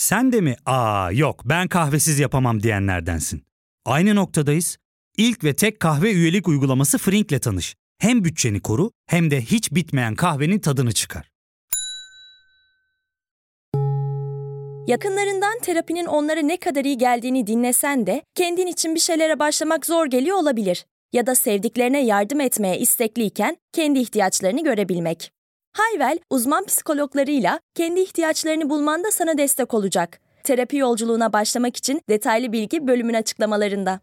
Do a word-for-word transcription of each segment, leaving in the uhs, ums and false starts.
Sen de mi "Aa yok ben kahvesiz yapamam" diyenlerdensin? Aynı noktadayız. İlk ve tek kahve üyelik uygulaması Frink'le tanış. Hem bütçeni koru hem de hiç bitmeyen kahvenin tadını çıkar. Yakınlarından terapinin onlara ne kadar iyi geldiğini dinlesen de kendin için bir şeylere başlamak zor geliyor olabilir. Ya da sevdiklerine yardım etmeye istekliyken kendi ihtiyaçlarını görebilmek. Hayvel, uzman psikologlarıyla kendi ihtiyaçlarını bulmanda sana destek olacak. Terapi yolculuğuna başlamak için detaylı bilgi bölümün açıklamalarında.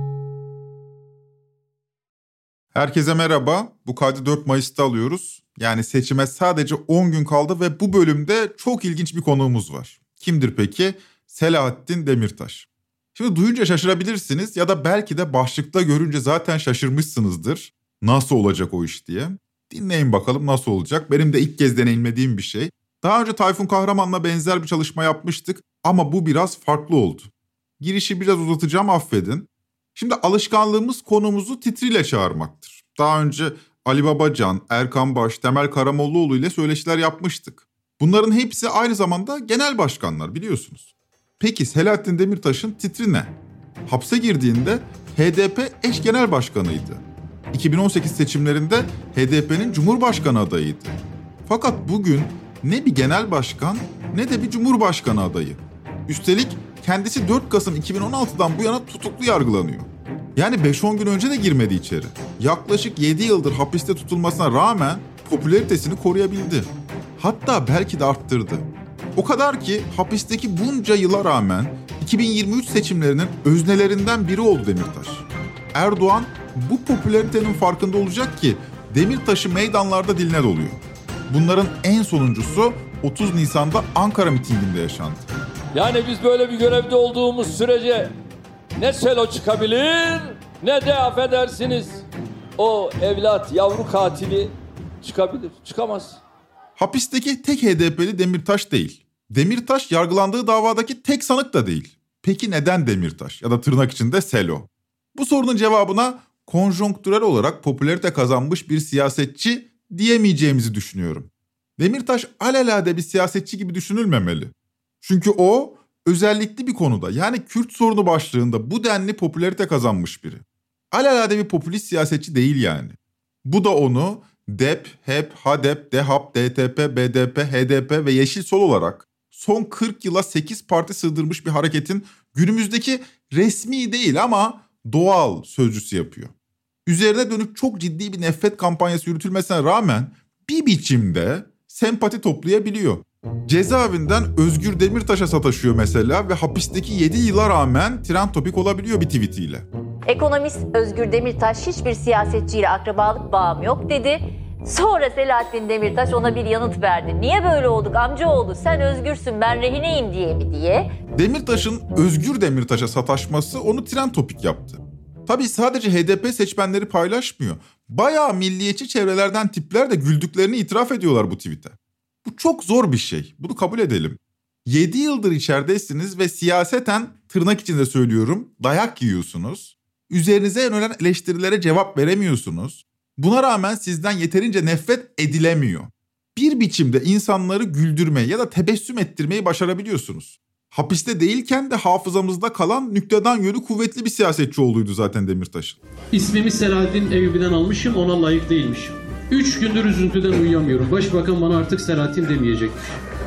Herkese merhaba. Bu kaydı dört Mayıs'ta alıyoruz. Yani seçime sadece on gün kaldı ve bu bölümde çok ilginç bir konuğumuz var. Kimdir peki? Selahattin Demirtaş. Şimdi duyunca şaşırabilirsiniz ya da belki de başlıkta görünce zaten şaşırmışsınızdır. Nasıl olacak o iş diye. Dinleyin bakalım nasıl olacak. Benim de ilk kez deneyimlediğim bir şey. Daha önce Tayfun Kahraman'la benzer bir çalışma yapmıştık ama bu biraz farklı oldu. Girişi biraz uzatacağım, affedin. Şimdi alışkanlığımız konumuzu titriyle çağırmaktır. Daha önce Ali Babacan, Erkan Baş, Temel Karamollaoğlu ile söyleşiler yapmıştık. Bunların hepsi aynı zamanda genel başkanlar, biliyorsunuz. Peki Selahattin Demirtaş'ın titri ne? Hapse girdiğinde H D P eş genel başkanıydı. iki bin on sekiz seçimlerinde H D P'nin Cumhurbaşkanı adayıydı. Fakat bugün ne bir genel başkan ne de bir cumhurbaşkanı adayı. Üstelik kendisi dört Kasım iki bin on altıdan bu yana tutuklu yargılanıyor. Yani beş on gün önce de girmedi içeri. Yaklaşık yedi yıldır hapiste tutulmasına rağmen popülaritesini koruyabildi. Hatta belki de arttırdı. O kadar ki hapisteki bunca yıla rağmen iki bin yirmi üç seçimlerinin öznelerinden biri oldu Demirtaş. Erdoğan bu popülaritenin farkında olacak ki Demirtaş'ı meydanlarda diline doluyor. Bunların en sonuncusu otuz Nisan'da Ankara mitinginde yaşandı. Yani biz böyle bir görevde olduğumuz sürece ne selo çıkabilir ne de affedersiniz o evlat yavru katili çıkabilir. Çıkamaz. Hapisteki tek H D P'li Demirtaş değil. Demirtaş yargılandığı davadaki tek sanık da değil. Peki neden Demirtaş ya da tırnak içinde selo? Bu sorunun cevabına konjonktürel olarak popülarite kazanmış bir siyasetçi diyemeyeceğimizi düşünüyorum. Demirtaş alelade bir siyasetçi gibi düşünülmemeli. Çünkü o özellikli bir konuda, yani Kürt sorunu başlığında bu denli popülarite kazanmış biri. Alelade bir popülist siyasetçi değil yani. Bu da onu D E P, H E P, H D P, DEHAP, D T P, B D P, H D P ve Yeşil Sol olarak son kırk yıla sekiz parti sığdırmış bir hareketin günümüzdeki resmi değil ama doğal sözcüsü yapıyor. Üzerine dönük çok ciddi bir nefret kampanyası yürütülmesine rağmen bir biçimde sempati toplayabiliyor. Cezaevinden Özgür Demirtaş'a sataşıyor mesela ve hapisteki yedi yıla rağmen trend topik olabiliyor bir tweetiyle. Ekonomist Özgür Demirtaş hiçbir siyasetçiyle akrabalık bağım yok dedi. Sonra Selahattin Demirtaş ona bir yanıt verdi. Niye böyle olduk amcaoğlu, sen özgürsün ben rehineyim diye mi diye. Demirtaş'ın Özgür Demirtaş'a sataşması onu trend topik yaptı. Tabii sadece H D P seçmenleri paylaşmıyor. Bayağı milliyetçi çevrelerden tipler de güldüklerini itiraf ediyorlar bu tweet'e. Bu çok zor bir şey. Bunu kabul edelim. yedi yıldır içeridesiniz ve siyaseten, tırnak içinde söylüyorum, dayak yiyorsunuz. Üzerinize yönelen eleştirilere cevap veremiyorsunuz. Buna rağmen sizden yeterince nefret edilemiyor. Bir biçimde insanları güldürmeyi ya da tebessüm ettirmeyi başarabiliyorsunuz. Hapiste değilken de hafızamızda kalan nüktedan yönü kuvvetli bir siyasetçi olduğuydu zaten Demirtaş'ın. İsmimi Selahattin Eyyubi'den almışım, ona layık değilmişim. Üç gündür üzüntüden uyuyamıyorum. Başbakan bana artık Selahattin demeyecekmiş.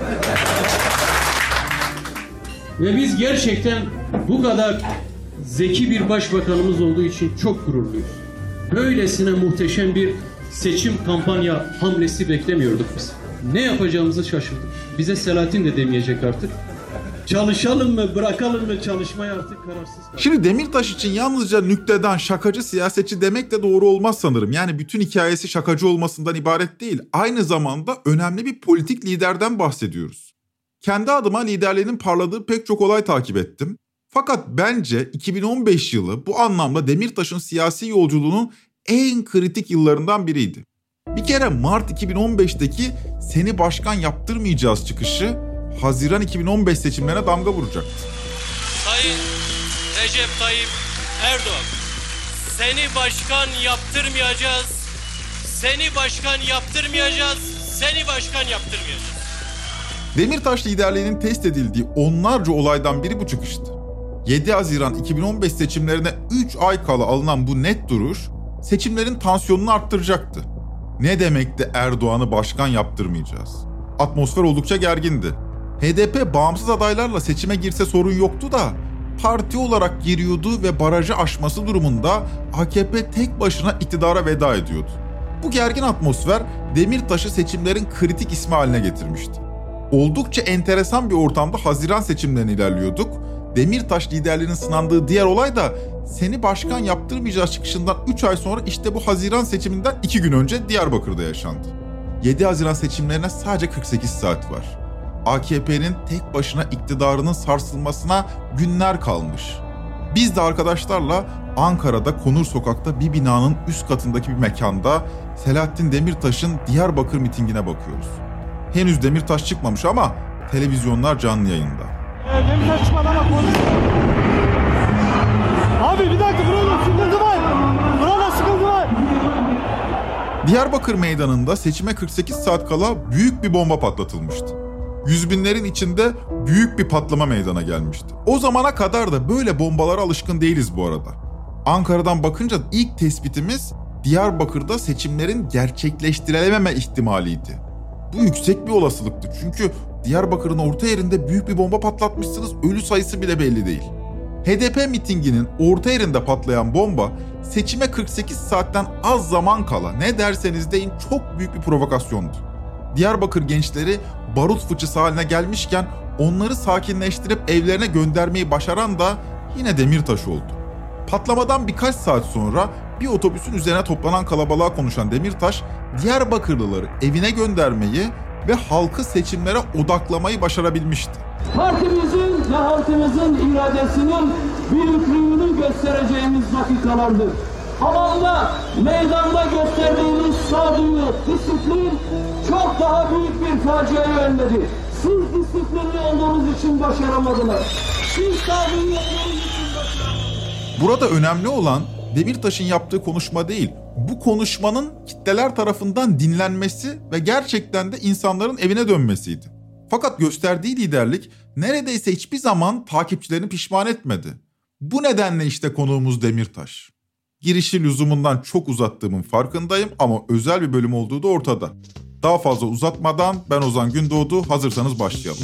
Ve biz gerçekten bu kadar zeki bir başbakanımız olduğu için çok gururluyuz. Böylesine muhteşem bir seçim kampanya hamlesi beklemiyorduk biz. Ne yapacağımızı şaşırdık. Bize Selahattin de demeyecek artık. Çalışalım mı, bırakalım mı çalışmayı artık kararsız kaldık. Şimdi Demirtaş için yalnızca nüktedan, şakacı siyasetçi demek de doğru olmaz sanırım. Yani bütün hikayesi şakacı olmasından ibaret değil. Aynı zamanda önemli bir politik liderden bahsediyoruz. Kendi adıma liderliğinin parladığı pek çok olay takip ettim. Fakat bence iki bin on beş yılı bu anlamda Demirtaş'ın siyasi yolculuğunun en kritik yıllarından biriydi. Bir kere Mart iki bin on beşteki "seni başkan yaptırmayacağız" çıkışı Haziran iki bin on beş seçimlerine damga vuracaktı. Sayın Recep Tayyip Erdoğan, seni başkan yaptırmayacağız, seni başkan yaptırmayacağız, seni başkan yaptırmayacağız. Demirtaş liderliğinin test edildiği onlarca olaydan biri bu çıkıştı. yedi Haziran iki bin on beş seçimlerine üç ay kala alınan bu net duruş, seçimlerin tansiyonunu arttıracaktı. Ne demekti Erdoğan'ı başkan yaptırmayacağız? Atmosfer oldukça gergindi. H D P bağımsız adaylarla seçime girse sorun yoktu da, parti olarak giriyordu ve barajı aşması durumunda A K P tek başına iktidara veda ediyordu. Bu gergin atmosfer Demirtaş'ı seçimlerin kritik ismi haline getirmişti. Oldukça enteresan bir ortamda Haziran seçimlerine ilerliyorduk. Demirtaş liderliğinin sınandığı diğer olay da seni başkan yaptırmayacağız çıkışından üç ay sonra işte bu Haziran seçiminden iki gün önce Diyarbakır'da yaşandı. yedi Haziran seçimlerine sadece kırk sekiz saat var. A K P'nin tek başına iktidarının sarsılmasına günler kalmış. Biz de arkadaşlarla Ankara'da Konur Sokak'ta bir binanın üst katındaki bir mekanda Selahattin Demirtaş'ın Diyarbakır mitingine bakıyoruz. Henüz Demirtaş çıkmamış ama televizyonlar canlı yayında. Ee, Demirtaş çıkmadı ama polis. Abi bir dakika, burada sıkıntı var. Burada sıkıntı var. Diyarbakır meydanında seçime kırk sekiz saat kala büyük bir bomba patlatılmıştı. Yüz binlerin içinde büyük bir patlama meydana gelmişti. O zamana kadar da böyle bombalara alışkın değiliz bu arada. Ankara'dan bakınca ilk tespitimiz Diyarbakır'da seçimlerin gerçekleştirilememe ihtimaliydi. Bu yüksek bir olasılıktı çünkü Diyarbakır'ın orta yerinde büyük bir bomba patlatmışsınız, ölü sayısı bile belli değil. H D P mitinginin orta yerinde patlayan bomba seçime kırk sekiz saatten az zaman kala ne derseniz deyin çok büyük bir provokasyondu. Diyarbakır gençleri barut fıçısı haline gelmişken onları sakinleştirip evlerine göndermeyi başaran da yine Demirtaş oldu. Patlamadan birkaç saat sonra bir otobüsün üzerine toplanan kalabalığa konuşan Demirtaş, Diyarbakırlıları evine göndermeyi ve halkı seçimlere odaklamayı başarabilmişti. Partimizin ve halkımızın iradesinin büyüklüğünü göstereceğimiz dakikalardır. Havanda, meydanda gösterdiğimiz sağduyu, disiplin çok daha büyük bir faciayı önledi. Siz disiplinli olduğunuz için başaramadınız. Siz sağduyu olduğunuz için başaramadınız. Burada önemli olan Demirtaş'ın yaptığı konuşma değil, bu konuşmanın kitleler tarafından dinlenmesi ve gerçekten de insanların evine dönmesiydi. Fakat gösterdiği liderlik neredeyse hiçbir zaman takipçilerini pişman etmedi. Bu nedenle işte konuğumuz Demirtaş. Girişi lüzumundan çok uzattığımın farkındayım ama özel bir bölüm olduğu da ortada. Daha fazla uzatmadan ben Ozan Gündoğdu, hazırsanız başlayalım.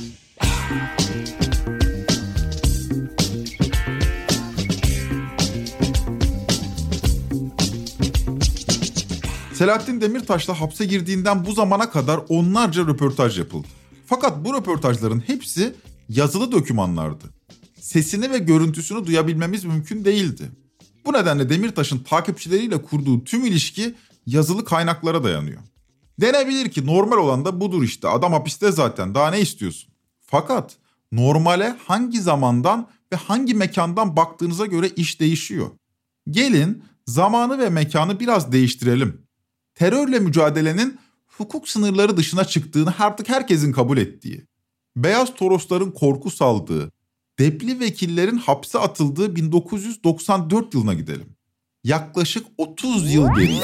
Selahattin Demirtaş'la hapse girdiğinden bu zamana kadar onlarca röportaj yapıldı. Fakat bu röportajların hepsi yazılı dokümanlardı. Sesini ve görüntüsünü duyabilmemiz mümkün değildi. Bu nedenle Demirtaş'ın takipçileriyle kurduğu tüm ilişki yazılı kaynaklara dayanıyor. Denebilir ki normal olan da budur işte, adam hapiste zaten, daha ne istiyorsun? Fakat normale hangi zamandan ve hangi mekandan baktığınıza göre iş değişiyor. Gelin zamanı ve mekanı biraz değiştirelim. Terörle mücadelenin hukuk sınırları dışına çıktığını artık herkesin kabul ettiği, Beyaz Torosların korku saldığı, depli vekillerin hapse atıldığı bin dokuz yüz doksan dört yılına gidelim. Yaklaşık otuz yıl geriye.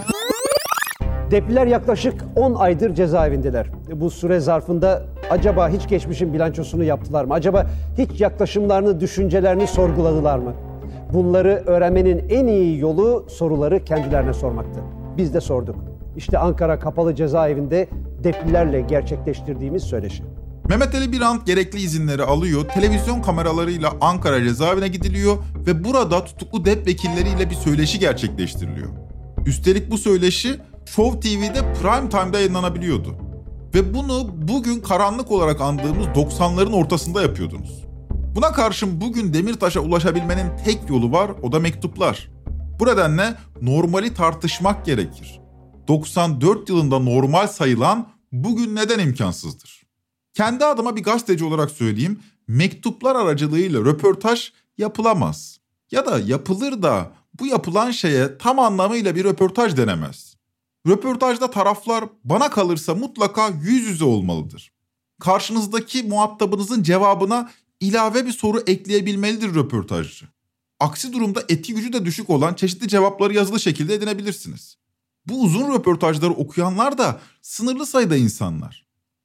Depliler yaklaşık on aydır cezaevindeler. Bu süre zarfında acaba hiç geçmişin bilançosunu yaptılar mı? Acaba hiç yaklaşımlarını, düşüncelerini sorguladılar mı? Bunları öğrenmenin en iyi yolu soruları kendilerine sormaktı. Biz de sorduk. İşte Ankara Kapalı Cezaevinde deplilerle gerçekleştirdiğimiz söyleşi. Mehmet Ali Birant gerekli izinleri alıyor, televizyon kameralarıyla Ankara cezaevine gidiliyor ve burada tutuklu dep vekilleriyle bir söyleşi gerçekleştiriliyor. Üstelik bu söyleşi Show T V'de prime time'da yayınlanabiliyordu. Ve bunu bugün karanlık olarak andığımız doksanların ortasında yapıyordunuz. Buna karşın bugün Demirtaş'a ulaşabilmenin tek yolu var, o da mektuplar. Bu nedenle normali tartışmak gerekir. doksan dört yılında normal sayılan bugün neden imkansızdır? Kendi adıma bir gazeteci olarak söyleyeyim, mektuplar aracılığıyla röportaj yapılamaz. Ya da yapılır da bu yapılan şeye tam anlamıyla bir röportaj denemez. Röportajda taraflar bana kalırsa mutlaka yüz yüze olmalıdır. Karşınızdaki muhatabınızın cevabına ilave bir soru ekleyebilmelidir röportajcı. Aksi durumda etki gücü de düşük olan çeşitli cevapları yazılı şekilde edinebilirsiniz. Bu uzun röportajları okuyanlar da sınırlı sayıda insanlar.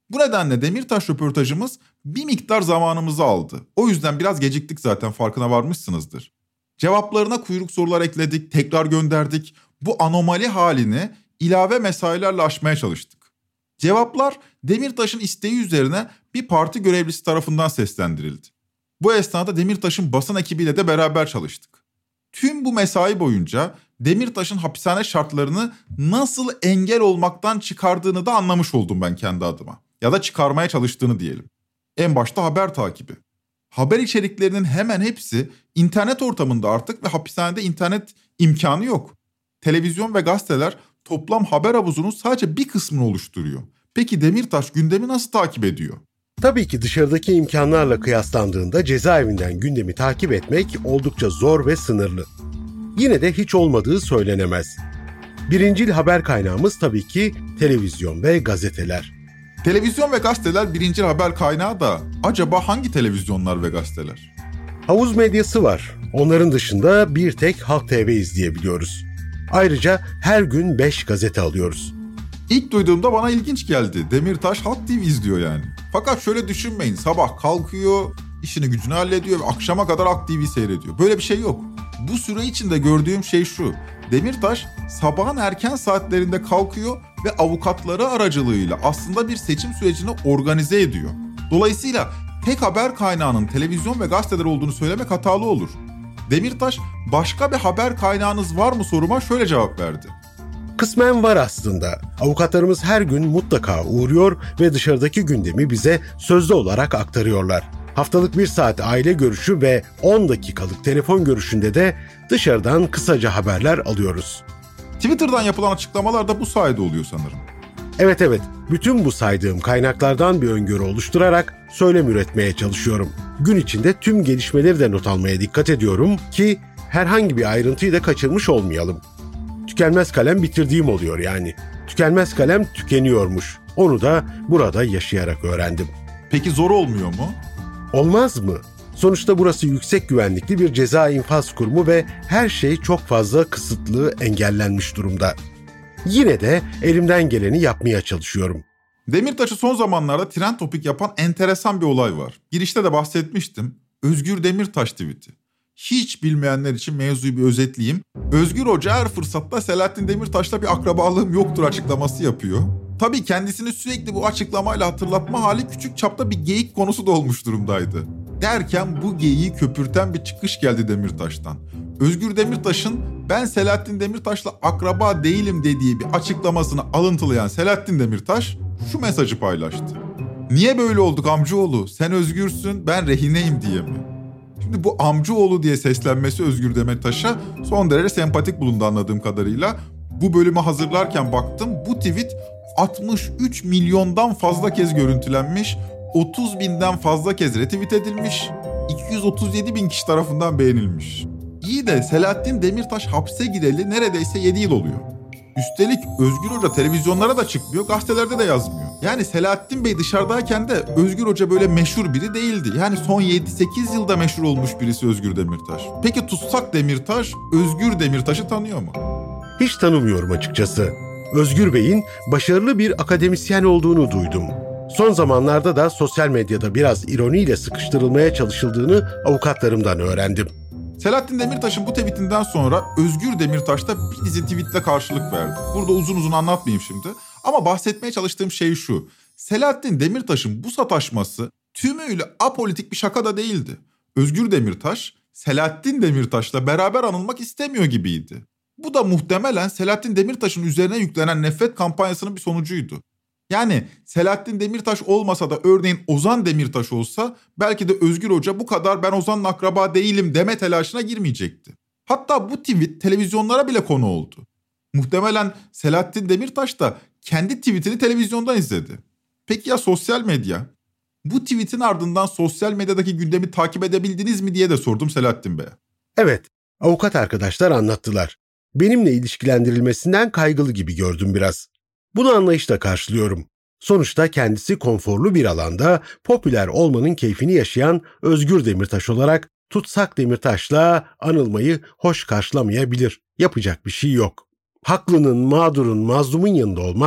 Bu nedenle Demirtaş röportajımız bir miktar zamanımızı aldı. O yüzden biraz geciktik, zaten farkına varmışsınızdır. Cevaplarına kuyruk sorular ekledik, tekrar gönderdik. Bu anomali halini ilave mesailerle aşmaya çalıştık. Cevaplar Demirtaş'ın isteği üzerine bir parti görevlisi tarafından seslendirildi. Bu esnada Demirtaş'ın basın ekibiyle de beraber çalıştık. Tüm bu mesai boyunca Demirtaş'ın hapishane şartlarını nasıl engel olmaktan çıkardığını da anlamış oldum ben kendi adıma. Ya da çıkarmaya çalıştığını diyelim. En başta haber takibi. Haber içeriklerinin hemen hepsi internet ortamında artık ve hapishanede internet imkanı yok. Televizyon ve gazeteler toplam haber havuzunun sadece bir kısmını oluşturuyor. Peki Demirtaş gündemi nasıl takip ediyor? Tabii ki dışarıdaki imkanlarla kıyaslandığında cezaevinden gündemi takip etmek oldukça zor ve sınırlı. Yine de hiç olmadığı söylenemez. Birincil haber kaynağımız tabii ki televizyon ve gazeteler. Televizyon ve gazeteler birincil haber kaynağı da acaba hangi televizyonlar ve gazeteler? Havuz medyası var. Onların dışında bir tek Halk T V izleyebiliyoruz. Ayrıca her gün beş gazete alıyoruz. İlk duyduğumda bana ilginç geldi. Demirtaş Halk T V izliyor yani. Fakat şöyle düşünmeyin. Sabah kalkıyor, işini gücünü hallediyor ve akşama kadar Halk T V seyrediyor. Böyle bir şey yok. Bu süre içinde gördüğüm şey şu. Demirtaş sabahın erken saatlerinde kalkıyor ve avukatları aracılığıyla aslında bir seçim sürecini organize ediyor. Dolayısıyla tek haber kaynağının televizyon ve gazeteler olduğunu söylemek hatalı olur. Demirtaş başka bir haber kaynağınız var mı soruma şöyle cevap verdi. Kısmen var aslında. Avukatlarımız her gün mutlaka uğruyor ve dışarıdaki gündemi bize sözlü olarak aktarıyorlar. Haftalık bir saat aile görüşü ve on dakikalık telefon görüşünde de dışarıdan kısaca haberler alıyoruz. Twitter'dan yapılan açıklamalar da bu sayede oluyor sanırım. Evet evet, bütün bu saydığım kaynaklardan bir öngörü oluşturarak söylem üretmeye çalışıyorum. Gün içinde tüm gelişmeleri de not almaya dikkat ediyorum ki herhangi bir ayrıntıyı da kaçırmış olmayalım. Tükenmez kalem bitirdiğim oluyor yani. Tükenmez kalem tükeniyormuş. Onu da burada yaşayarak öğrendim. Peki zor olmuyor mu? Olmaz mı? Sonuçta burası yüksek güvenlikli bir ceza infaz kurumu ve her şey çok fazla kısıtlı, engellenmiş durumda. Yine de elimden geleni yapmaya çalışıyorum. Demirtaş'ı son zamanlarda trend topik yapan enteresan bir olay var. Girişte de bahsetmiştim. Özgür Demirtaş tweet'i. Hiç bilmeyenler için mevzuyu bir özetleyeyim. Özgür Hoca her fırsatta Selahattin Demirtaş'la bir akrabalığım yoktur açıklaması yapıyor. Tabii kendisini sürekli bu açıklamayla hatırlatma hali küçük çapta bir geyik konusu da olmuş durumdaydı. Derken bu geyiği köpürten bir çıkış geldi Demirtaş'tan. Özgür Demirtaş'ın ben Selahattin Demirtaş'la akraba değilim dediği bir açıklamasını alıntılayan Selahattin Demirtaş şu mesajı paylaştı. Niye böyle olduk amcaoğlu? Sen özgürsün, ben rehineyim diye mi? Şimdi bu amcaoğlu diye seslenmesi Özgür Demirtaş'a son derece sempatik bulundu anladığım kadarıyla. Bu bölümü hazırlarken baktım, bu tweet altmış üç milyondan fazla kez görüntülenmiş, otuz binden fazla kez retweet edilmiş, iki yüz otuz yedi bin kişi tarafından beğenilmiş. İyi de Selahattin Demirtaş hapse gireli neredeyse yedi yıl oluyor. Üstelik Özgür Hoca televizyonlara da çıkmıyor, gazetelerde de yazmıyor. Yani Selahattin Bey dışarıdayken de Özgür Hoca böyle meşhur biri değildi. Yani son yedi sekiz yılda meşhur olmuş birisi Özgür Demirtaş. Peki tutsak Demirtaş, Özgür Demirtaş'ı tanıyor mu? Hiç tanımıyorum açıkçası. Özgür Bey'in başarılı bir akademisyen olduğunu duydum. Son zamanlarda da sosyal medyada biraz ironiyle sıkıştırılmaya çalışıldığını avukatlarımdan öğrendim. Selahattin Demirtaş'ın bu tweetinden sonra Özgür Demirtaş da bir dizi tweetle karşılık verdi. Burada uzun uzun anlatmayayım şimdi. Ama bahsetmeye çalıştığım şey şu. Selahattin Demirtaş'ın bu sataşması tümüyle apolitik bir şaka da değildi. Özgür Demirtaş, Selahattin Demirtaş'la beraber anılmak istemiyor gibiydi. Bu da muhtemelen Selahattin Demirtaş'ın üzerine yüklenen nefret kampanyasının bir sonucuydu. Yani Selahattin Demirtaş olmasa da örneğin Ozan Demirtaş olsa belki de Özgür Hoca bu kadar ben Ozan'la akraba değilim deme telaşına girmeyecekti. Hatta bu tweet televizyonlara bile konu oldu. Muhtemelen Selahattin Demirtaş da kendi tweetini televizyondan izledi. Peki ya sosyal medya? Bu tweetin ardından sosyal medyadaki gündemi takip edebildiniz mi diye de sordum Selahattin Bey'e. Evet, avukat arkadaşlar anlattılar. Benimle ilişkilendirilmesinden kaygılı gibi gördüm biraz. Bunu anlayışla karşılıyorum. Sonuçta kendisi konforlu bir alanda popüler olmanın keyfini yaşayan Özgür Demirtaş olarak tutsak Demirtaş'la anılmayı hoş karşılamayabilir. Yapacak bir şey yok. Haklının, mağdurun, mazlumun yanında olmak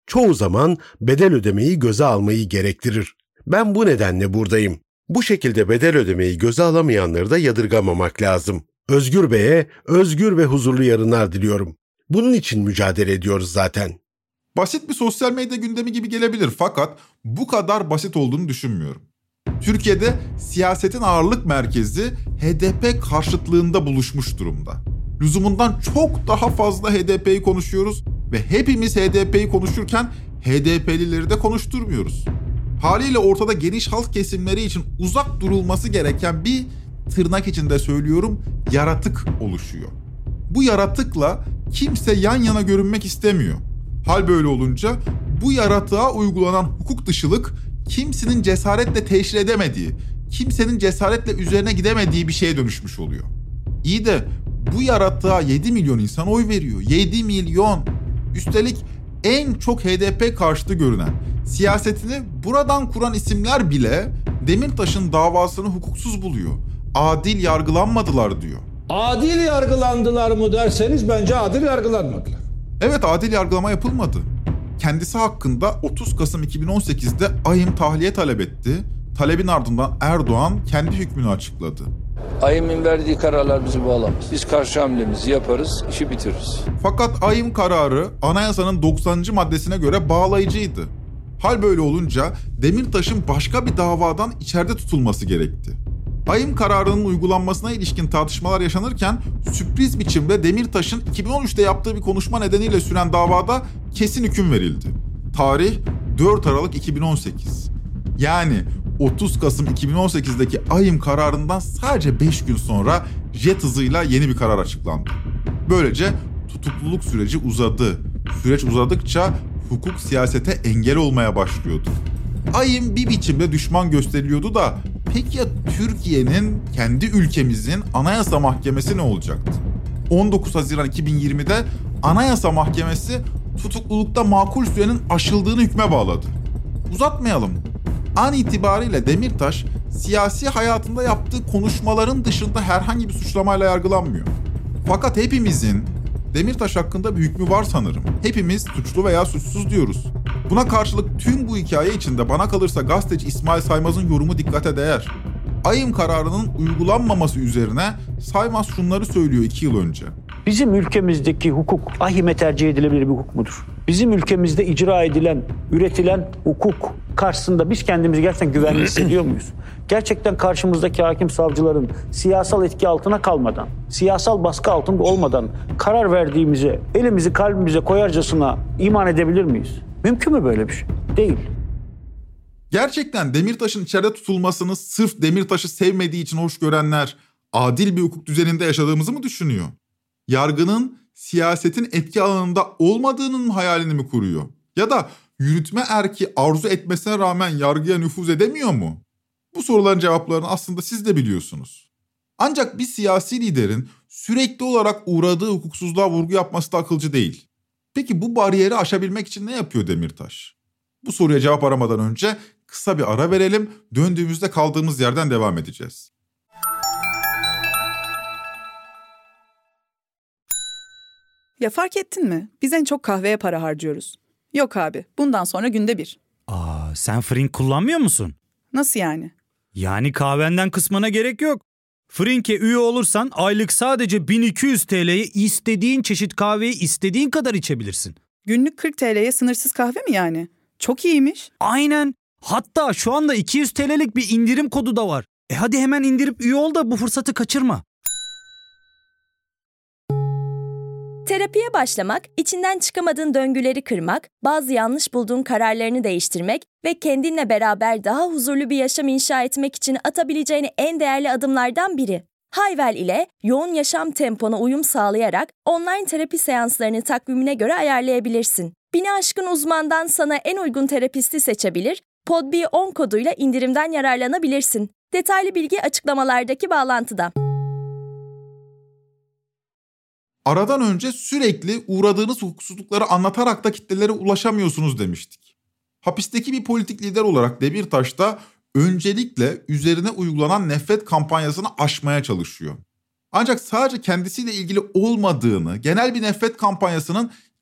çoğu zaman bedel ödemeyi göze almayı gerektirir. Ben bu nedenle buradayım. Bu şekilde bedel ödemeyi göze alamayanları da yadırgamamak lazım. Özgür Bey'e özgür ve huzurlu yarınlar diliyorum. Bunun için mücadele ediyoruz zaten. Basit bir sosyal medya gündemi gibi gelebilir fakat bu kadar basit olduğunu düşünmüyorum. Türkiye'de siyasetin ağırlık merkezi H D P karşıtlığında buluşmuş durumda. Lüzumundan çok daha fazla H D P'yi konuşuyoruz ve hepimiz H D P'yi konuşurken H D P'lileri de konuşturmuyoruz. Haliyle ortada geniş halk kesimleri için uzak durulması gereken bir, tırnak içinde söylüyorum, yaratık oluşuyor. Bu yaratıkla kimse yan yana görünmek istemiyor. Hal böyle olunca bu yaratığa uygulanan hukuk dışılık kimsenin cesaretle teşhir edemediği, kimsenin cesaretle üzerine gidemediği bir şeye dönüşmüş oluyor. İyi de bu yaratığa yedi milyon insan oy veriyor. yedi milyon. Üstelik en çok H D P karşıtı görünen, siyasetini buradan kuran isimler bile Demirtaş'ın davasını hukuksuz buluyor. Adil yargılanmadılar diyor. Adil yargılandılar mı derseniz bence adil yargılanmadılar. Evet, adil yargılama yapılmadı. Kendisi hakkında otuz Kasım iki bin on sekizde AİM tahliye talep etti. Talebin ardından Erdoğan kendi hükmünü açıkladı. AİM'in verdiği kararlar bizi bağlamaz. Biz karşı hamlemizi yaparız, işi bitiririz. Fakat AİM kararı anayasanın doksanıncı maddesine göre bağlayıcıydı. Hal böyle olunca Demirtaş'ın başka bir davadan içeride tutulması gerekti. AİM kararının uygulanmasına ilişkin tartışmalar yaşanırken sürpriz biçimde Demirtaş'ın iki bin on üçte yaptığı bir konuşma nedeniyle süren davada kesin hüküm verildi. Tarih dört Aralık iki bin on sekiz. Yani otuz Kasım iki bin on sekizdeki AİM kararından sadece beş gün sonra jet hızıyla yeni bir karar açıklandı. Böylece tutukluluk süreci uzadı. Süreç uzadıkça hukuk siyasete engel olmaya başlıyordu. AİM bir biçimde düşman gösteriliyordu da peki ya Türkiye'nin, kendi ülkemizin Anayasa Mahkemesi ne olacaktı? on dokuz Haziran iki bin yirmide Anayasa Mahkemesi tutuklulukta makul sürenin aşıldığını hükme bağladı. Uzatmayalım. An itibariyle Demirtaş siyasi hayatında yaptığı konuşmaların dışında herhangi bir suçlamayla yargılanmıyor. Fakat hepimizin Demirtaş hakkında bir hükmü var sanırım. Hepimiz suçlu veya suçsuz diyoruz. Buna karşılık tüm bu hikaye içinde bana kalırsa gazeteci İsmail Saymaz'ın yorumu dikkate değer. AİM kararının uygulanmaması üzerine Saymaz şunları söylüyor iki yıl önce. Bizim ülkemizdeki hukuk AİM'e tercih edilebilir bir hukuk mudur? Bizim ülkemizde icra edilen, üretilen hukuk karşısında biz kendimizi gerçekten güvenli hissediyor muyuz? Gerçekten karşımızdaki hakim savcıların siyasal etki altına kalmadan, siyasal baskı altında olmadan karar verdiğimize, elimizi kalbimize koyarcasına iman edebilir miyiz? Mümkün mü böyle bir şey? Değil. Gerçekten Demirtaş'ın içeride tutulmasını sırf Demirtaş'ı sevmediği için hoş görenler adil bir hukuk düzeninde yaşadığımızı mı düşünüyor? Yargının siyasetin etki alanında olmadığının mı hayalini mi kuruyor? Ya da yürütme erki arzu etmesine rağmen yargıya nüfuz edemiyor mu? Bu soruların cevaplarını aslında siz de biliyorsunuz. Ancak bir siyasi liderin sürekli olarak uğradığı hukuksuzluğa vurgu yapması da akılcı değil. Peki bu bariyeri aşabilmek için ne yapıyor Demirtaş? Bu soruya cevap aramadan önce kısa bir ara verelim. Döndüğümüzde kaldığımız yerden devam edeceğiz. Ya fark ettin mi? Biz en çok kahveye para harcıyoruz. Yok abi, bundan sonra günde bir. Aa, sen Frink kullanmıyor musun? Nasıl yani? Yani kahvenden kısmına gerek yok. Frink'e üye olursan aylık sadece bin iki yüz T L'ye istediğin çeşit kahveyi istediğin kadar içebilirsin. Günlük kırk T L'ye sınırsız kahve mi yani? Çok iyiymiş. Aynen. Hatta şu anda iki yüz T L'lik bir indirim kodu da var. E hadi hemen indirip üye ol da bu fırsatı kaçırma. Terapiye başlamak, içinden çıkamadığın döngüleri kırmak, bazı yanlış bulduğun kararlarını değiştirmek ve kendinle beraber daha huzurlu bir yaşam inşa etmek için atabileceğin en değerli adımlardan biri. Hayvel ile yoğun yaşam tempona uyum sağlayarak online terapi seanslarını takvimine göre ayarlayabilirsin. Bini aşkın uzmandan sana en uygun terapisti seçebilir, Pod B on koduyla indirimden yararlanabilirsin. Detaylı bilgi açıklamalardaki bağlantıda. Aradan önce sürekli uğradığınız hukuksuzlukları anlatarak da kitlelere ulaşamıyorsunuz demiştik. Hapisteki bir politik lider olarak Demirtaş da öncelikle üzerine uygulanan nefret kampanyasını aşmaya çalışıyor. Ancak sadece kendisiyle ilgili olmadığını, genel bir nefret kampanyasının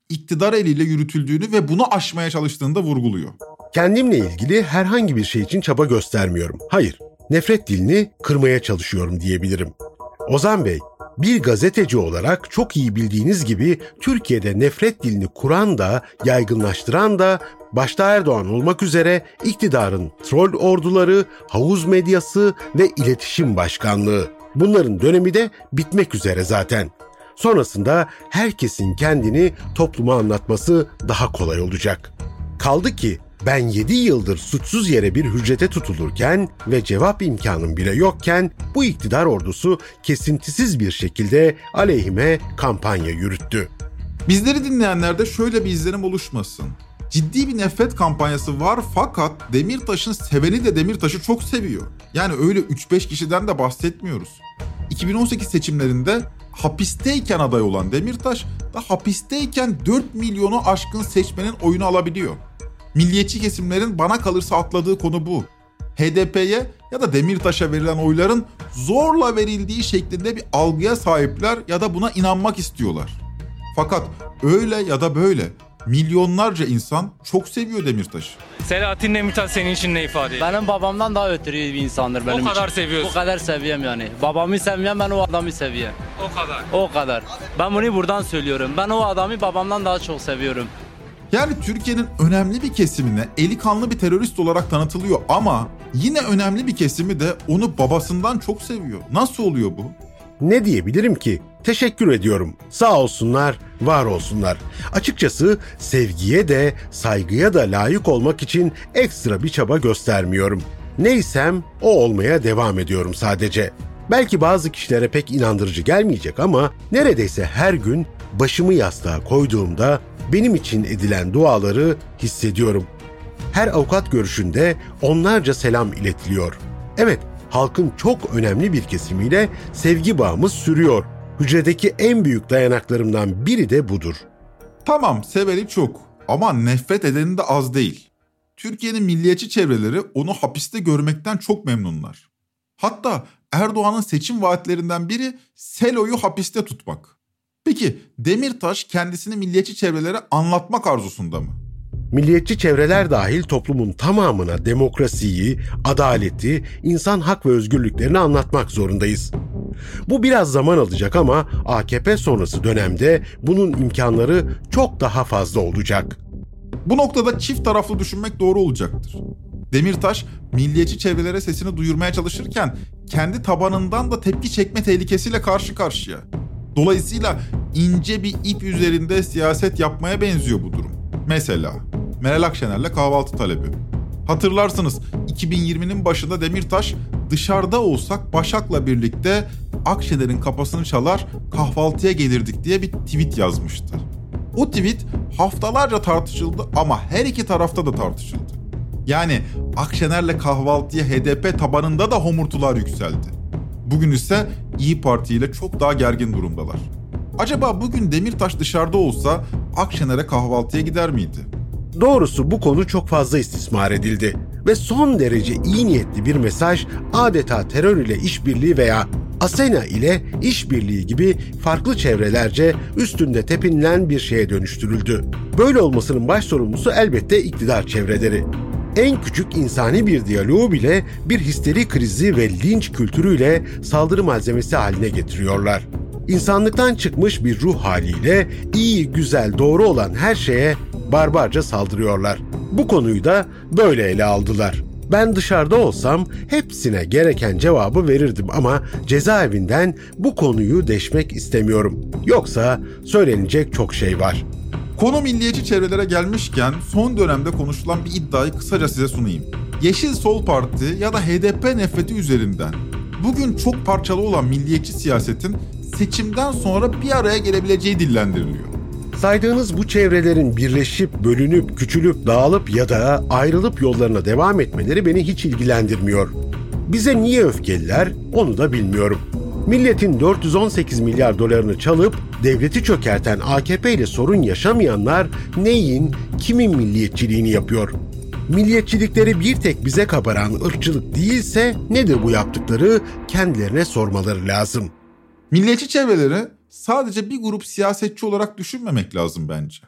iktidar eliyle yürütüldüğünü ve bunu aşmaya çalıştığını da vurguluyor. Kendimle ilgili herhangi bir şey için çaba göstermiyorum. Hayır, nefret dilini kırmaya çalışıyorum diyebilirim. Ozan Bey, bir gazeteci olarak çok iyi bildiğiniz gibi Türkiye'de nefret dilini kuran da, yaygınlaştıran da başta Erdoğan olmak üzere iktidarın troll orduları, havuz medyası ve iletişim başkanlığı. Bunların dönemi de bitmek üzere zaten. Sonrasında herkesin kendini topluma anlatması daha kolay olacak. Kaldı ki ben yedi yıldır suçsuz yere bir hücrete tutulurken ve cevap imkanım bile yokken bu iktidar ordusu kesintisiz bir şekilde aleyhime kampanya yürüttü. Bizleri dinleyenlerde şöyle bir izlenim oluşmasın. Ciddi bir nefret kampanyası var fakat Demirtaş'ın seveni de Demirtaş'ı çok seviyor. Yani öyle üç beş kişiden de bahsetmiyoruz. iki bin on sekiz seçimlerinde hapisteyken aday olan Demirtaş da hapisteyken dört milyonu aşkın seçmenin oyunu alabiliyor. Milliyetçi kesimlerin bana kalırsa atladığı konu bu. H D P'ye ya da Demirtaş'a verilen oyların zorla verildiği şeklinde bir algıya sahipler ya da buna inanmak istiyorlar. Fakat öyle ya da böyle milyonlarca insan çok seviyor Demirtaş'ı. Selahattin Demirtaş senin için ne ifade ediyor? Benim babamdan daha ötürü bir insandır benim için. O kadar seviyorsun. O kadar seviyorum yani. Babamı sevmeyen ben o adamı seviyorum. O kadar. O kadar. Ben bunu buradan söylüyorum. Ben o adamı babamdan daha çok seviyorum. Yani Türkiye'nin önemli bir kesimine eli kanlı bir terörist olarak tanıtılıyor ama yine önemli bir kesimi de onu babasından çok seviyor. Nasıl oluyor bu? Ne diyebilirim ki? Teşekkür ediyorum. Sağ olsunlar, var olsunlar. Açıkçası sevgiye de, saygıya da layık olmak için ekstra bir çaba göstermiyorum. Neysem o olmaya devam ediyorum sadece. Belki bazı kişilere pek inandırıcı gelmeyecek ama neredeyse her gün başımı yastığa koyduğumda benim için edilen duaları hissediyorum. Her avukat görüşünde onlarca selam iletiliyor. Evet, halkın çok önemli bir kesimiyle sevgi bağımız sürüyor. Hücredeki en büyük dayanaklarımdan biri de budur. Tamam, severi çok ama nefret edeni de az değil. Türkiye'nin milliyetçi çevreleri onu hapiste görmekten çok memnunlar. Hatta Erdoğan'ın seçim vaatlerinden biri Selo'yu hapiste tutmak. Peki Demirtaş kendisini milliyetçi çevrelere anlatmak arzusunda mı? Milliyetçi çevreler dahil toplumun tamamına demokrasiyi, adaleti, insan hak ve özgürlüklerini anlatmak zorundayız. Bu biraz zaman alacak ama A K P sonrası dönemde bunun imkanları çok daha fazla olacak. Bu noktada çift taraflı düşünmek doğru olacaktır. Demirtaş, milliyetçi çevrelere sesini duyurmaya çalışırken kendi tabanından da tepki çekme tehlikesiyle karşı karşıya. Dolayısıyla ince bir ip üzerinde siyaset yapmaya benziyor bu durum. Mesela Meral Akşener'le kahvaltı talebi. Hatırlarsınız iki bin yirminin başında Demirtaş dışarıda olsak Başak'la birlikte Akşener'in kapısını çalar kahvaltıya gelirdik diye bir tweet yazmıştı. O tweet haftalarca tartışıldı ama her iki tarafta da tartışıldı. Yani Akşener'le kahvaltıya H D P tabanında da homurtular yükseldi. Bugün ise İYİ Parti ile çok daha gergin durumdalar. Acaba bugün Demirtaş dışarıda olsa Akşener'e kahvaltıya gider miydi? Doğrusu bu konu çok fazla istismar edildi ve son derece iyi niyetli bir mesaj adeta terör ile işbirliği veya Asena ile işbirliği gibi farklı çevrelerce üstünde tepinilen bir şeye dönüştürüldü. Böyle olmasının baş sorumlusu elbette iktidar çevreleri. En küçük insani bir diyaloğu bile bir histeri krizi ve linç kültürüyle saldırı malzemesi haline getiriyorlar. İnsanlıktan çıkmış bir ruh haliyle iyi, güzel, doğru olan her şeye barbarca saldırıyorlar. Bu konuyu da böyle ele aldılar. Ben dışarıda olsam hepsine gereken cevabı verirdim ama cezaevinden bu konuyu deşmek istemiyorum. Yoksa söylenecek çok şey var. Konu milliyetçi çevrelere gelmişken son dönemde konuşulan bir iddiayı kısaca size sunayım. Yeşil Sol Parti ya da H D P nefreti üzerinden bugün çok parçalı olan milliyetçi siyasetin seçimden sonra bir araya gelebileceği dillendiriliyor. Saydığınız bu çevrelerin birleşip, bölünüp, küçülüp, dağılıp ya da ayrılıp yollarına devam etmeleri beni hiç ilgilendirmiyor. Bize niye öfkeliler onu da bilmiyorum. Milletin dört yüz on sekiz milyar dolarını çalıp devleti çökerten A K P ile sorun yaşamayanlar neyin, kimin milliyetçiliğini yapıyor? Milliyetçilikleri bir tek bize kabaran ırkçılık değilse nedir bu yaptıkları kendilerine sormaları lazım. Milliyetçi çevreleri sadece bir grup siyasetçi olarak düşünmemek lazım bence.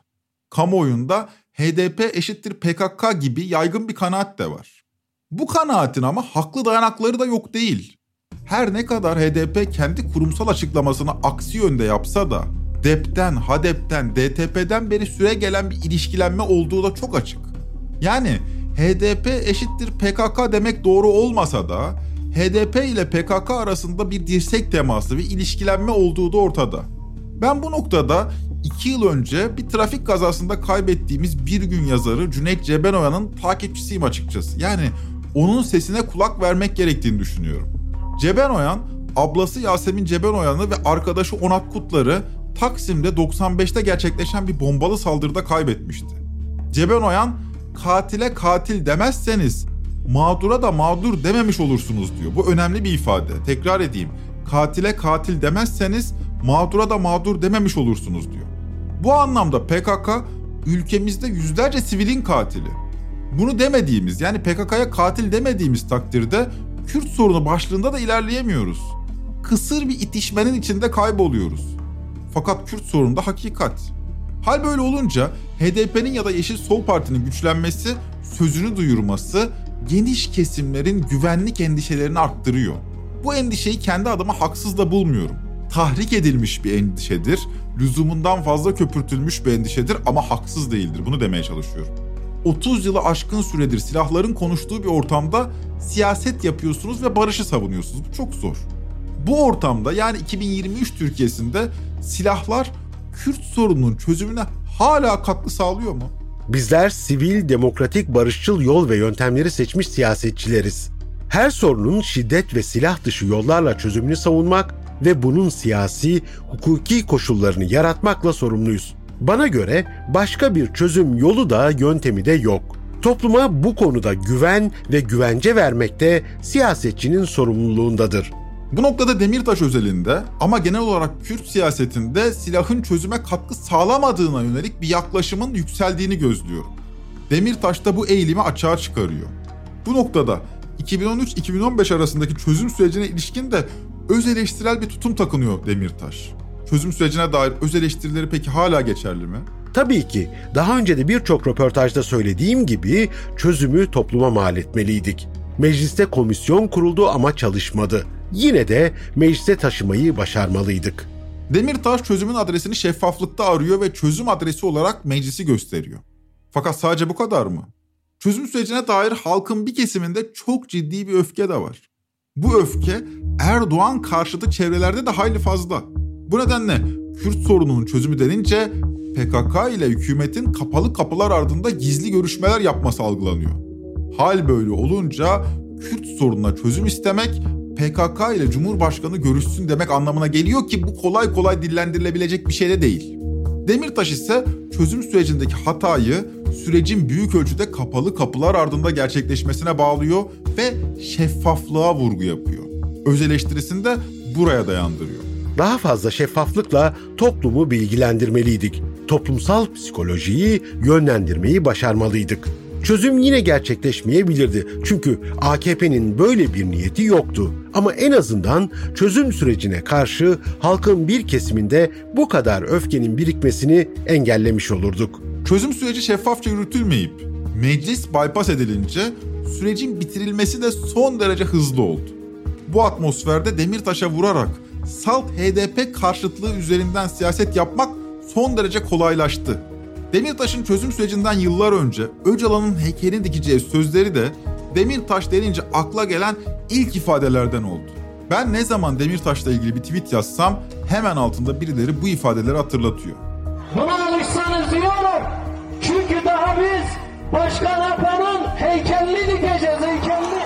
Kamuoyunda H D P eşittir P K K gibi yaygın bir kanaat de var. Bu kanaatin ama haklı dayanakları da yok değil. Her ne kadar H D P kendi kurumsal açıklamasını aksi yönde yapsa da D E P'ten, H D P'ten, D T P'den beri süre gelen bir ilişkilenme olduğu da çok açık. Yani H D P eşittir P K K demek doğru olmasa da H D P ile P K K arasında bir dirsek teması ve ilişkilenme olduğu da ortada. Ben bu noktada iki yıl önce bir trafik kazasında kaybettiğimiz Bir Gün yazarı Cüneyt Cebenoyan'ın takipçisiyim açıkçası. Yani onun sesine kulak vermek gerektiğini düşünüyorum. Cebenoyan, ablası Yasemin Cebenoyan'ı ve arkadaşı Onat Kutlar'ı Taksim'de doksan beşte gerçekleşen bir bombalı saldırıda kaybetmişti. Cebenoyan, katile katil demezseniz mağdura da mağdur dememiş olursunuz diyor. Bu önemli bir ifade. Tekrar edeyim. Katile katil demezseniz mağdura da mağdur dememiş olursunuz diyor. Bu anlamda P K K ülkemizde yüzlerce sivilin katili. Bunu demediğimiz, yani P K K'ya katil demediğimiz takdirde Kürt sorunu başlığında da ilerleyemiyoruz. Kısır bir itişmenin içinde kayboluyoruz. Fakat Kürt sorunu da hakikat. Hal böyle olunca H D P'nin ya da Yeşil Sol Parti'nin güçlenmesi, sözünü duyurması geniş kesimlerin güvenlik endişelerini arttırıyor. Bu endişeyi kendi adıma haksız da bulmuyorum. Tahrik edilmiş bir endişedir, lüzumundan fazla köpürtülmüş bir endişedir ama haksız değildir. Bunu demeye çalışıyorum. otuz yılı aşkın süredir silahların konuştuğu bir ortamda siyaset yapıyorsunuz ve barışı savunuyorsunuz. Bu çok zor. Bu ortamda, yani iki bin yirmi üç Türkiye'sinde silahlar Kürt sorununun çözümüne hala katkı sağlıyor mu? Bizler sivil, demokratik, barışçıl yol ve yöntemleri seçmiş siyasetçileriz. Her sorunun şiddet ve silah dışı yollarla çözümünü savunmak ve bunun siyasi, hukuki koşullarını yaratmakla sorumluyuz. Bana göre başka bir çözüm yolu da yöntemi de yok. Topluma bu konuda güven ve güvence vermek de siyasetçinin sorumluluğundadır. Bu noktada Demirtaş özelinde ama genel olarak Kürt siyasetinde silahın çözüme katkı sağlamadığına yönelik bir yaklaşımın yükseldiğini gözlüyorum. Demirtaş da bu eğilimi açığa çıkarıyor. Bu noktada iki bin on üç iki bin on beş arasındaki çözüm sürecine ilişkin de öz eleştirel bir tutum takınıyor Demirtaş. Çözüm sürecine dair öz eleştirileri peki hala geçerli mi? Tabii ki. Daha önce de birçok röportajda söylediğim gibi çözümü topluma mal etmeliydik. Mecliste komisyon kuruldu ama çalışmadı. Yine de meclise taşımayı başarmalıydık. Demirtaş çözümün adresini şeffaflıkta arıyor ve çözüm adresi olarak meclisi gösteriyor. Fakat sadece bu kadar mı? Çözüm sürecine dair halkın bir kesiminde çok ciddi bir öfke de var. Bu öfke Erdoğan karşıtı çevrelerde de hayli fazla. Bu nedenle Kürt sorununun çözümü denince P K K ile hükümetin kapalı kapılar ardında gizli görüşmeler yapması algılanıyor. Hal böyle olunca Kürt sorununa çözüm istemek P K K ile Cumhurbaşkanı görüşsün demek anlamına geliyor ki bu kolay kolay dillendirilebilecek bir şey de değil. Demirtaş ise çözüm sürecindeki hatayı sürecin büyük ölçüde kapalı kapılar ardında gerçekleşmesine bağlıyor ve şeffaflığa vurgu yapıyor. Öz eleştirisini de buraya dayandırıyor. Daha fazla şeffaflıkla toplumu bilgilendirmeliydik. Toplumsal psikolojiyi yönlendirmeyi başarmalıydık. Çözüm yine gerçekleşmeyebilirdi. Çünkü A K P'nin böyle bir niyeti yoktu. Ama en azından çözüm sürecine karşı halkın bir kesiminde bu kadar öfkenin birikmesini engellemiş olurduk. Çözüm süreci şeffafça yürütülmeyip meclis bypass edilince sürecin bitirilmesi de son derece hızlı oldu. Bu atmosferde Demirtaş'a vurarak salt H D P karşıtlığı üzerinden siyaset yapmak son derece kolaylaştı. Demirtaş'ın çözüm sürecinden yıllar önce Öcalan'ın heykelini dikeceği sözleri de Demirtaş denince akla gelen ilk ifadelerden oldu. Ben ne zaman Demirtaş'la ilgili bir tweet yazsam hemen altında birileri bu ifadeleri hatırlatıyor. Buna alışsanız iyi olur. Çünkü daha biz Başkan Apo'nun heykelini dikeceğiz, heykelini.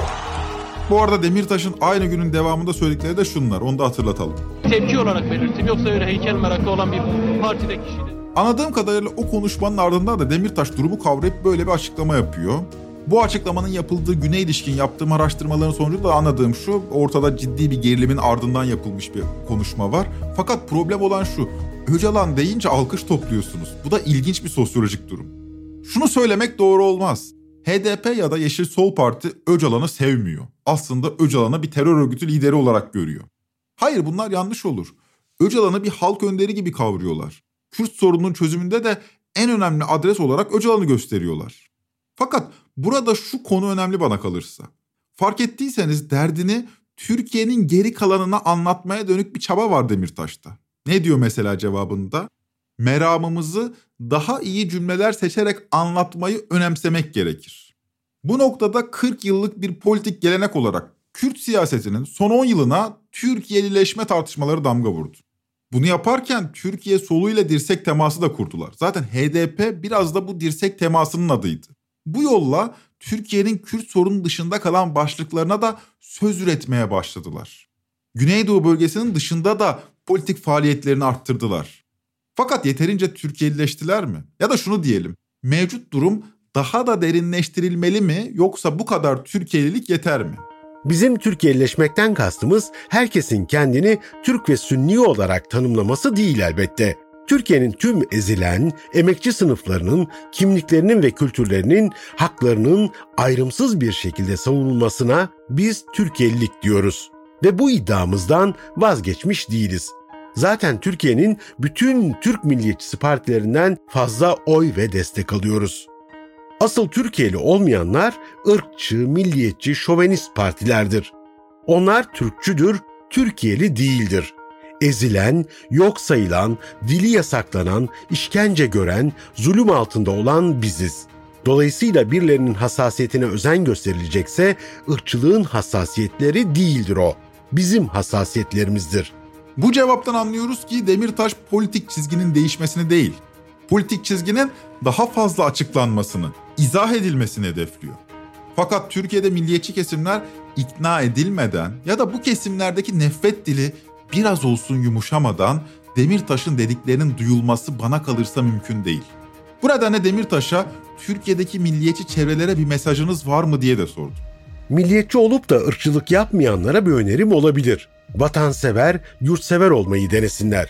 Bu arada Demirtaş'ın aynı günün devamında söyledikleri de şunlar, onu da hatırlatalım. Tepki olarak belirttim, yoksa öyle heykel meraklı olan bir partide kişiydi. Anladığım kadarıyla o konuşmanın ardından da Demirtaş durumu kavrayıp böyle bir açıklama yapıyor. Bu açıklamanın yapıldığı güne ilişkin yaptığım araştırmaların sonucu da anladığım şu, ortada ciddi bir gerilimin ardından yapılmış bir konuşma var. Fakat problem olan şu, Öcalan deyince alkış topluyorsunuz. Bu da ilginç bir sosyolojik durum. Şunu söylemek doğru olmaz. H D P ya da Yeşil Sol Parti Öcalan'ı sevmiyor. Aslında Öcalan'ı bir terör örgütü lideri olarak görüyor. Hayır, bunlar yanlış olur. Öcalan'ı bir halk önderi gibi kavruyorlar. Kürt sorununun çözümünde de en önemli adres olarak Öcalan'ı gösteriyorlar. Fakat burada şu konu önemli bana kalırsa. Fark ettiyseniz derdini Türkiye'nin geri kalanına anlatmaya dönük bir çaba var Demirtaş'ta. Ne diyor mesela cevabında? Meramımızı daha iyi cümleler seçerek anlatmayı önemsemek gerekir. Bu noktada kırk yıllık bir politik gelenek olarak Kürt siyasetinin son on yılına Türkiye'lileşme tartışmaları damga vurdu. Bunu yaparken Türkiye soluyla dirsek teması da kurdular. Zaten H D P biraz da bu dirsek temasının adıydı. Bu yolla Türkiye'nin Kürt sorunu dışında kalan başlıklarına da söz üretmeye başladılar. Güneydoğu bölgesinin dışında da politik faaliyetlerini arttırdılar. Fakat yeterince Türkiye'lileştiler mi? Ya da şunu diyelim, mevcut durum daha da derinleştirilmeli mi yoksa bu kadar Türkiye'lilik yeter mi? Bizim Türkiye'lileşmekten kastımız herkesin kendini Türk ve Sünni olarak tanımlaması değil elbette. Türkiye'nin tüm ezilen, emekçi sınıflarının kimliklerinin ve kültürlerinin haklarının ayrımsız bir şekilde savunulmasına biz Türkiye'lilik diyoruz. Ve bu iddiamızdan vazgeçmiş değiliz. Zaten Türkiye'nin bütün Türk milliyetçisi partilerinden fazla oy ve destek alıyoruz. Asıl Türkiye'li olmayanlar ırkçı, milliyetçi, şovenist partilerdir. Onlar Türkçüdür, Türkiye'li değildir. Ezilen, yok sayılan, dili yasaklanan, işkence gören, zulüm altında olan biziz. Dolayısıyla birilerinin hassasiyetine özen gösterilecekse ırkçılığın hassasiyetleri değildir o. Bizim hassasiyetlerimizdir. Bu cevaptan anlıyoruz ki Demirtaş politik çizginin değişmesini değil, politik çizginin daha fazla açıklanmasını, izah edilmesini hedefliyor. Fakat Türkiye'de milliyetçi kesimler ikna edilmeden ya da bu kesimlerdeki nefret dili biraz olsun yumuşamadan Demirtaş'ın dediklerinin duyulması bana kalırsa mümkün değil. Bu nedenle Demirtaş'a Türkiye'deki milliyetçi çevrelere bir mesajınız var mı diye de sordum. Milliyetçi olup da ırkçılık yapmayanlara bir önerim olabilir. Vatansever, yurtsever olmayı denesinler.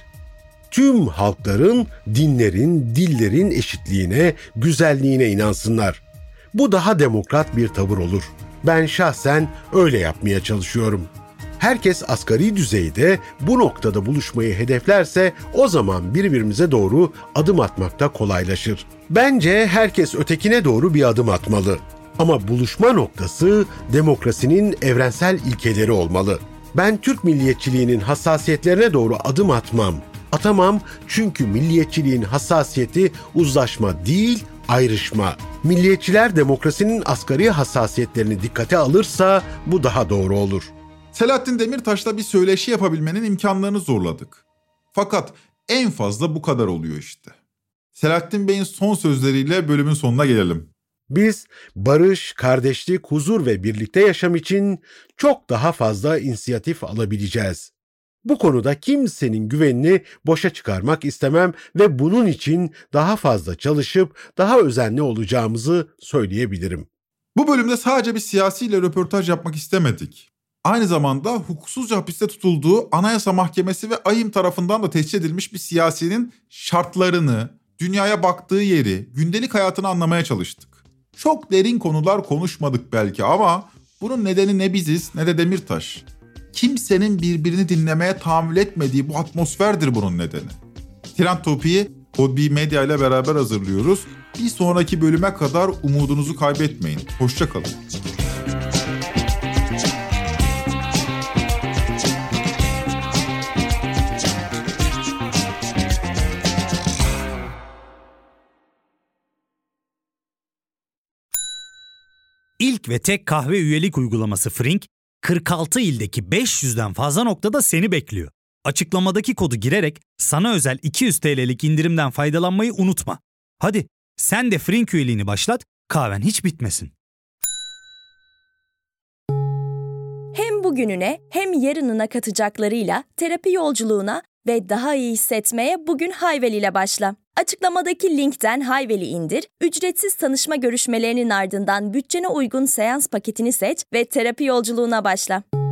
Tüm halkların, dinlerin, dillerin eşitliğine, güzelliğine inansınlar. Bu daha demokrat bir tavır olur. Ben şahsen öyle yapmaya çalışıyorum. Herkes asgari düzeyde bu noktada buluşmayı hedeflerse o zaman birbirimize doğru adım atmakta kolaylaşır. Bence herkes ötekine doğru bir adım atmalı. Ama buluşma noktası demokrasinin evrensel ilkeleri olmalı. Ben Türk milliyetçiliğinin hassasiyetlerine doğru adım atmam. Atamam çünkü milliyetçiliğin hassasiyeti uzlaşma değil, ayrışma. Milliyetçiler demokrasinin asgari hassasiyetlerini dikkate alırsa bu daha doğru olur. Selahattin Demirtaş'la bir söyleşi yapabilmenin imkanlarını zorladık. Fakat en fazla bu kadar oluyor işte. Selahattin Bey'in son sözleriyle bölümün sonuna gelelim. Biz barış, kardeşlik, huzur ve birlikte yaşam için çok daha fazla inisiyatif alabileceğiz. Bu konuda kimsenin güvenini boşa çıkarmak istemem ve bunun için daha fazla çalışıp daha özenli olacağımızı söyleyebilirim. Bu bölümde sadece bir siyasiyle röportaj yapmak istemedik. Aynı zamanda hukuksuzca hapiste tutulduğu Anayasa Mahkemesi ve AİM tarafından da tescil edilmiş bir siyasinin şartlarını, dünyaya baktığı yeri, gündelik hayatını anlamaya çalıştık. Çok derin konular konuşmadık belki ama bunun nedeni ne biziz ne de Demirtaş. Kimsenin birbirini dinlemeye tahammül etmediği bu atmosferdir bunun nedeni. Trend Topi'yi Podbi Medya ile beraber hazırlıyoruz. Bir sonraki bölüme kadar umudunuzu kaybetmeyin. Hoşça kalın. İlk ve tek kahve üyelik uygulaması Frink, kırk altı ildeki beş yüzden fazla noktada seni bekliyor. Açıklamadaki kodu girerek sana özel iki yüz TL'lik indirimden faydalanmayı unutma. Hadi sen de Frink üyeliğini başlat, kahven hiç bitmesin. Hem bugününe hem yarınına katacaklarıyla terapi yolculuğuna ve daha iyi hissetmeye bugün Hayvel ile başla. Açıklamadaki linkten Hayvel'i indir, ücretsiz tanışma görüşmelerinin ardından bütçene uygun seans paketini seç ve terapi yolculuğuna başla.